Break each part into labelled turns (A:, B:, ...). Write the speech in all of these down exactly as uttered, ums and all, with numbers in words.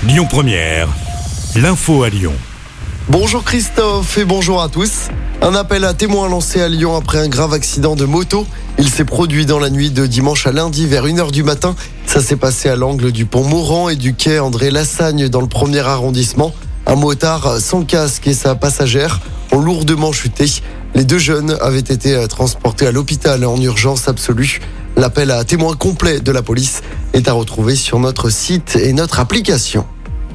A: Lyon Première, l'info à Lyon.
B: Bonjour Christophe et bonjour à tous. Un appel à témoins lancé à Lyon après un grave accident de moto. Il s'est produit dans la nuit de dimanche à lundi vers une heure du matin. Ça s'est passé à l'angle du pont Morand et du quai André Lassagne dans le premier arrondissement. Un motard sans casque et sa passagère ont lourdement chuté. Les deux jeunes avaient été transportés à l'hôpital en urgence absolue. L'appel à témoins complet de la police est à retrouver sur notre site et notre application.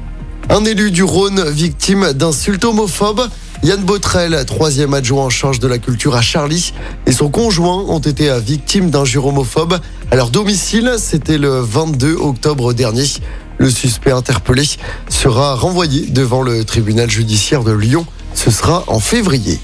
B: Un élu du Rhône victime d'insultes homophobes. Yann Botrel, troisième adjoint en charge de la culture à Charly, et son conjoint ont été victimes d'injures homophobes à leur domicile. C'était le vingt-deux octobre dernier. Le suspect interpellé sera renvoyé devant le tribunal judiciaire de Lyon. Ce sera en février.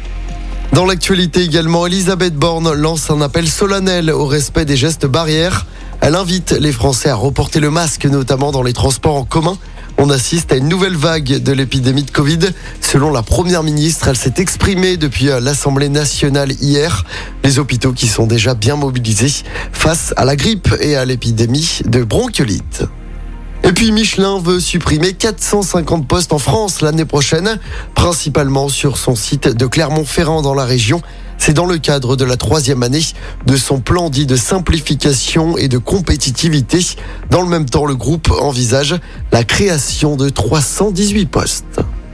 B: Dans l'actualité également, Elisabeth Borne lance un appel solennel au respect des gestes barrières. Elle invite les Français à reporter le masque, notamment dans les transports en commun. On assiste à une nouvelle vague de l'épidémie de Covid. Selon la première ministre, elle s'est exprimée depuis l'Assemblée nationale hier. Les hôpitaux qui sont déjà bien mobilisés face à la grippe et à l'épidémie de bronchiolite. Et puis Michelin veut supprimer quatre cent cinquante postes en France l'année prochaine, principalement sur son site de Clermont-Ferrand dans la région. C'est dans le cadre de la troisième année de son plan dit de simplification et de compétitivité. Dans le même temps, le groupe envisage la création de trois cent dix-huit postes.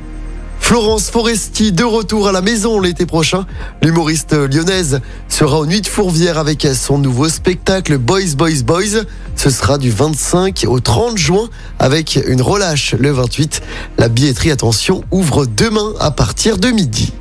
B: Florence Foresti, de retour à la maison l'été prochain. L'humoriste lyonnaise sera aux Nuits de Fourvière avec son nouveau spectacle Boys, Boys, Boys. Ce sera du vingt-cinq au trente juin avec une relâche le vingt-huit. La billetterie, attention, ouvre demain à partir de midi.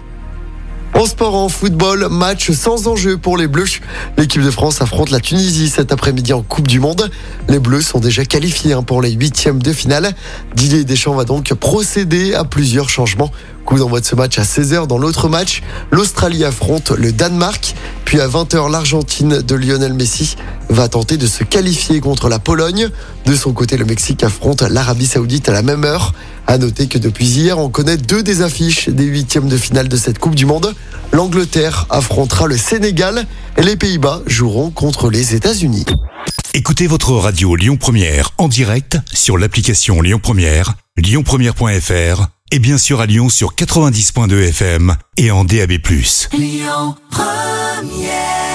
B: En sport, en football, match sans enjeu pour les Bleus. L'équipe de France affronte la Tunisie cet après-midi en Coupe du Monde. Les Bleus sont déjà qualifiés pour les huitièmes de finale. Didier Deschamps va donc procéder à plusieurs changements. Coup d'envoi de ce match à seize heures. Dans l'autre match, l'Australie affronte le Danemark. Puis à vingt heures, l'Argentine de Lionel Messi va tenter de se qualifier contre la Pologne. De son côté, le Mexique affronte l'Arabie Saoudite à la même heure. À noter que depuis hier, on connaît deux des affiches des huitièmes de finale de cette Coupe du Monde. L'Angleterre affrontera le Sénégal et les Pays-Bas joueront contre les États-Unis.
A: Écoutez votre radio Lyon Première en direct sur l'application Lyon Première, lyon première point f r et bien sûr à Lyon sur quatre-vingt-dix point deux F M et en D A B plus.
C: Lyon Première.